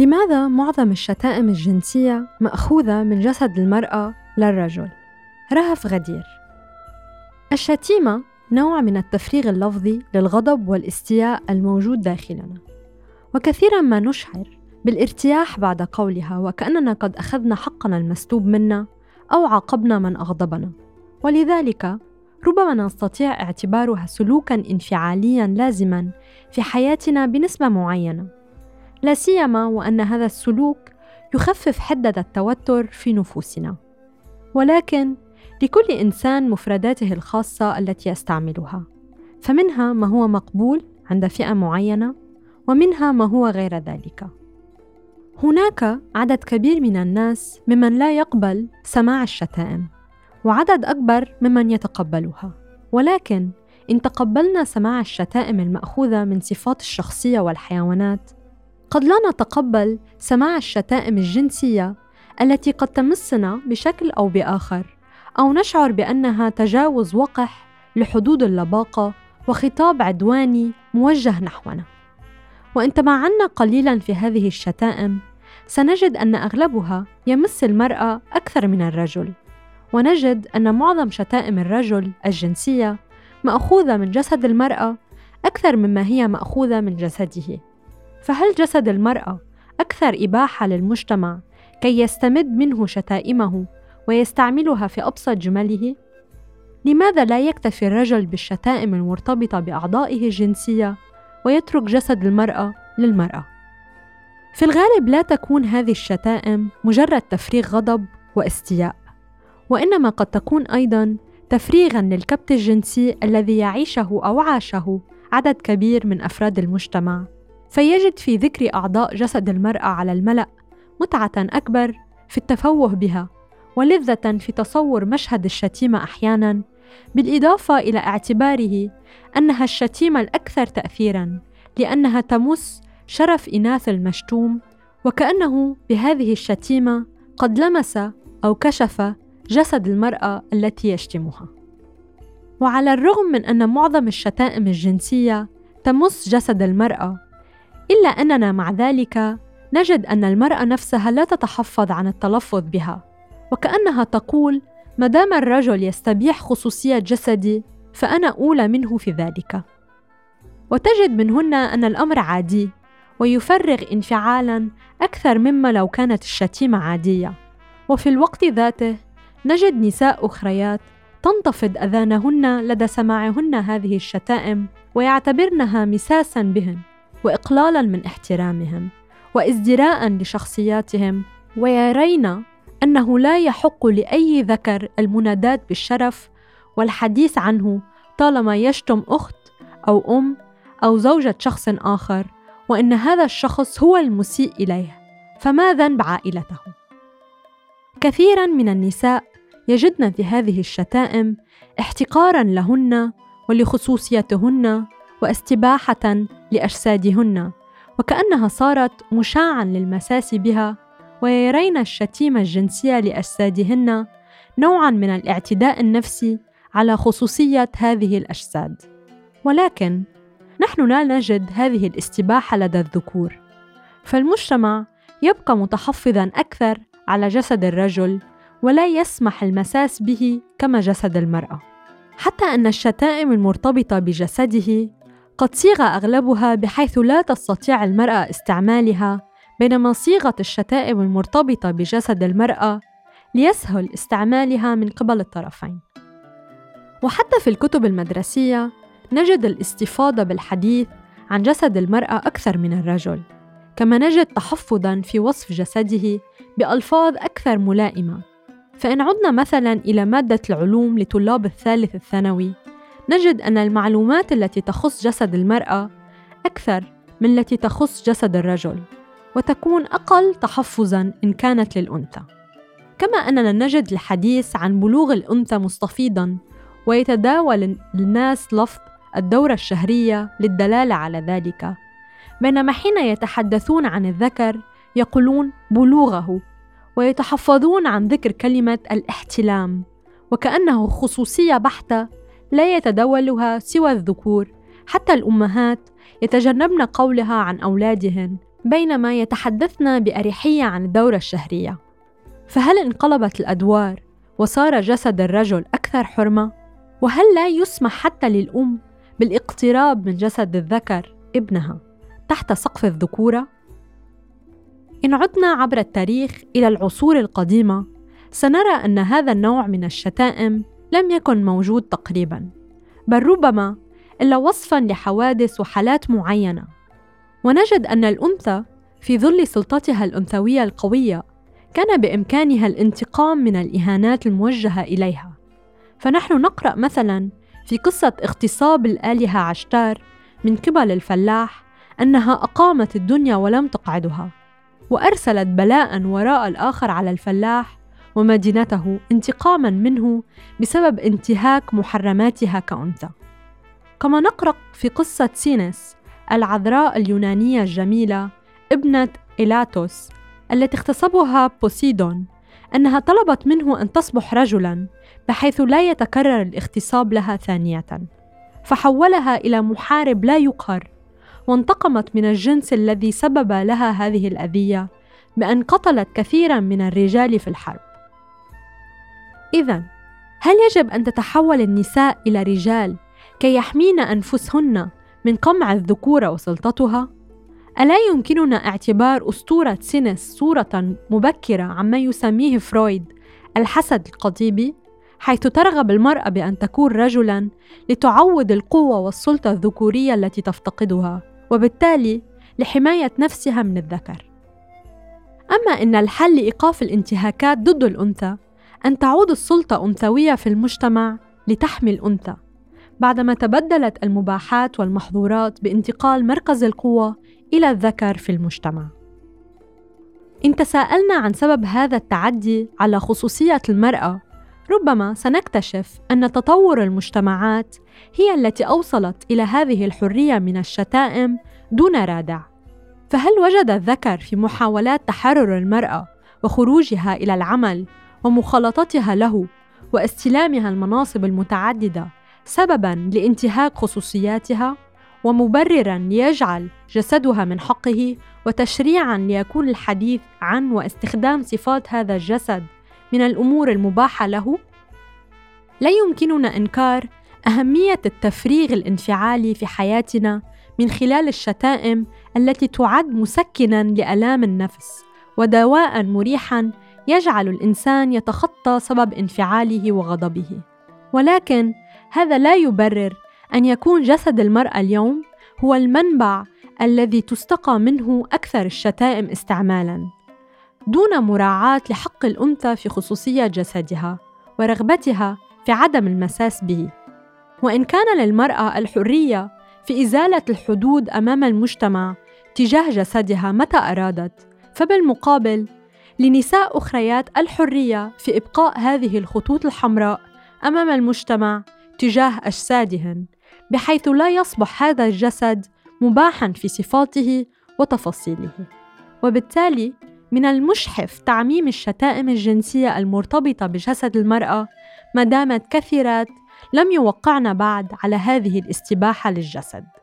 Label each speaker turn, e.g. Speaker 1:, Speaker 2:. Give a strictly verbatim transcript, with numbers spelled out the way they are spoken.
Speaker 1: لماذا معظم الشتائم الجنسية مأخوذة من جسد المرأة للرجل؟ رهف غدير. الشتيمة نوع من التفريغ اللفظي للغضب والاستياء الموجود داخلنا، وكثيراً ما نشعر بالارتياح بعد قولها وكأننا قد أخذنا حقنا المسلوب منا أو عاقبنا من أغضبنا، ولذلك ربما نستطيع اعتبارها سلوكاً انفعالياً لازماً في حياتنا بنسبة معينة، لا سيما وأن هذا السلوك يخفف حدة التوتر في نفوسنا. ولكن لكل إنسان مفرداته الخاصة التي يستعملها، فمنها ما هو مقبول عند فئة معينة ومنها ما هو غير ذلك. هناك عدد كبير من الناس ممن لا يقبل سماع الشتائم، وعدد أكبر ممن يتقبلها. ولكن إن تقبلنا سماع الشتائم المأخوذة من صفات الشخصية والحيوانات، قد لا نتقبل سماع الشتائم الجنسية التي قد تمسنا بشكل أو بآخر، أو نشعر بأنها تجاوز وقح لحدود اللباقة وخطاب عدواني موجه نحونا. وإن تمعنا قليلاً في هذه الشتائم، سنجد أن أغلبها يمس المرأة أكثر من الرجل، ونجد أن معظم شتائم الرجل الجنسية مأخوذة من جسد المرأة أكثر مما هي مأخوذة من جسده. فهل جسد المرأة أكثر إباحة للمجتمع كي يستمد منه شتائمه ويستعملها في أبسط جمله؟ لماذا لا يكتفي الرجل بالشتائم المرتبطة بأعضائه الجنسية ويترك جسد المرأة للمرأة؟ في الغالب لا تكون هذه الشتائم مجرد تفريغ غضب واستياء، وإنما قد تكون أيضاً تفريغاً للكبت الجنسي الذي يعيشه أو عاشه عدد كبير من أفراد المجتمع، فيجد في ذكر أعضاء جسد المرأة على الملأ متعة أكبر في التفوه بها، ولذة في تصور مشهد الشتيمة أحياناً، بالإضافة إلى اعتباره أنها الشتيمة الأكثر تأثيراً لأنها تمس شرف إناث المشتوم، وكأنه بهذه الشتيمة قد لمس أو كشف جسد المرأة التي يشتمها. وعلى الرغم من أن معظم الشتائم الجنسية تمس جسد المرأة، إلا أننا مع ذلك نجد أن المرأة نفسها لا تتحفظ عن التلفظ بها، وكأنها تقول: ما دام الرجل يستبيح خصوصية جسدي فأنا أولى منه في ذلك. وتجد منهن أن الأمر عادي ويفرغ انفعالاً أكثر مما لو كانت الشتيمة عادية. وفي الوقت ذاته نجد نساء أخريات تنتفض أذانهن لدى سماعهن هذه الشتائم، ويعتبرنها مساساً بهن وإقلالاً من احترامهم وازدراءً لشخصياتهم، ويرين أنه لا يحق لأي ذكر المنادات بالشرف والحديث عنه طالما يشتم أخت أو أم أو زوجة شخص آخر، وإن هذا الشخص هو المسيء إليه، فما ذنب عائلته؟ كثيراً من النساء يجدن في هذه الشتائم احتقاراً لهن ولخصوصيتهن واستباحة لأجسادهن، وكأنها صارت مشاعاً للمساس بها، ويرين الشتيمة الجنسية لأجسادهن نوعاً من الاعتداء النفسي على خصوصية هذه الأجساد. ولكن نحن لا نجد هذه الاستباحة لدى الذكور، فالمجتمع يبقى متحفظاً أكثر على جسد الرجل ولا يسمح المساس به كما جسد المرأة، حتى أن الشتائم المرتبطة بجسده قد صيغ أغلبها بحيث لا تستطيع المرأة استعمالها، بينما صيغة الشتائم المرتبطة بجسد المرأة ليسهل استعمالها من قبل الطرفين. وحتى في الكتب المدرسية نجد الاستفاضة بالحديث عن جسد المرأة أكثر من الرجل، كما نجد تحفظاً في وصف جسده بألفاظ أكثر ملائمة. فإن عدنا مثلاً إلى مادة العلوم لطلاب الثالث الثانوي، نجد أن المعلومات التي تخص جسد المرأة أكثر من التي تخص جسد الرجل، وتكون أقل تحفظاً إن كانت للأنثى. كما أننا نجد الحديث عن بلوغ الأنثى مستفيضاً، ويتداول الناس لفظ الدورة الشهرية للدلالة على ذلك، بينما حين يتحدثون عن الذكر يقولون بلوغه، ويتحفظون عن ذكر كلمة الاحتلام، وكأنه خصوصية بحتة لا يتداولها سوى الذكور. حتى الأمهات يتجنبن قولها عن أولادهن بينما يتحدثن بأريحية عن الدورة الشهرية. فهل انقلبت الأدوار وصار جسد الرجل أكثر حرمة؟ وهل لا يسمح حتى للأم بالاقتراب من جسد الذكر ابنها تحت سقف الذكورة؟ إن عدنا عبر التاريخ إلى العصور القديمة سنرى أن هذا النوع من الشتائم لم يكن موجود تقريباً، بل ربما إلا وصفاً لحوادث وحالات معينة. ونجد أن الأنثى في ظل سلطتها الأنثوية القوية كان بإمكانها الانتقام من الإهانات الموجهة إليها. فنحن نقرأ مثلاً في قصة اغتصاب الآلهة عشتار من قبل الفلاح أنها أقامت الدنيا ولم تقعدها، وأرسلت بلاءً وراء الآخر على الفلاح ومدينته انتقاماً منه بسبب انتهاك محرماتها كأنثى. كما نقرأ في قصة سينس العذراء اليونانية الجميلة ابنة إيلاتوس التي اغتصبها بوسيدون، أنها طلبت منه أن تصبح رجلاً بحيث لا يتكرر الاغتصاب لها ثانية، فحولها إلى محارب لا يقهر، وانتقمت من الجنس الذي سبب لها هذه الأذية بأن قتلت كثيراً من الرجال في الحرب. إذن، هل يجب أن تتحول النساء إلى رجال كي يحمين أنفسهن من قمع الذكورة وسلطتها؟ ألا يمكننا اعتبار أسطورة سينس صورة مبكرة عما يسميه فرويد الحسد القضيبي، حيث ترغب المرأة بأن تكون رجلاً لتعوض القوة والسلطة الذكورية التي تفتقدها، وبالتالي لحماية نفسها من الذكر. أما إن الحل لإيقاف الانتهاكات ضد الأنثى أن تعود السلطة أنثوية في المجتمع لتحمي الأنثى، بعدما تبدلت المباحات والمحظورات بانتقال مركز القوة إلى الذكر في المجتمع. إن تساءلنا عن سبب هذا التعدي على خصوصية المرأة، ربما سنكتشف أن تطور المجتمعات هي التي أوصلت إلى هذه الحرية من الشتائم دون رادع. فهل وجد الذكر في محاولات تحرر المرأة وخروجها إلى العمل ومخالطتها له واستلامها المناصب المتعددة سبباً لانتهاك خصوصياتها، ومبرراً ليجعل جسدها من حقه، وتشريعاً ليكون الحديث عن واستخدام صفات هذا الجسد من الأمور المباحة له؟ لا يمكننا إنكار أهمية التفريغ الانفعالي في حياتنا من خلال الشتائم التي تعد مسكناً لآلام النفس ودواء مريحاً يجعل الإنسان يتخطى سبب انفعاله وغضبه. ولكن هذا لا يبرر أن يكون جسد المرأة اليوم هو المنبع الذي تستقى منه أكثر الشتائم استعمالاً، دون مراعاة لحق الأنثى في خصوصية جسدها ورغبتها في عدم المساس به. وإن كان للمرأة الحرية في إزالة الحدود أمام المجتمع تجاه جسدها متى أرادت، فبالمقابل لنساء أخريات الحرية في إبقاء هذه الخطوط الحمراء أمام المجتمع تجاه أجسادهن، بحيث لا يصبح هذا الجسد مباحاً في صفاته وتفاصيله. وبالتالي من المشحف تعميم الشتائم الجنسية المرتبطة بجسد المرأة ما دامت كثيرات لم يوقعن بعد على هذه الاستباحة للجسد.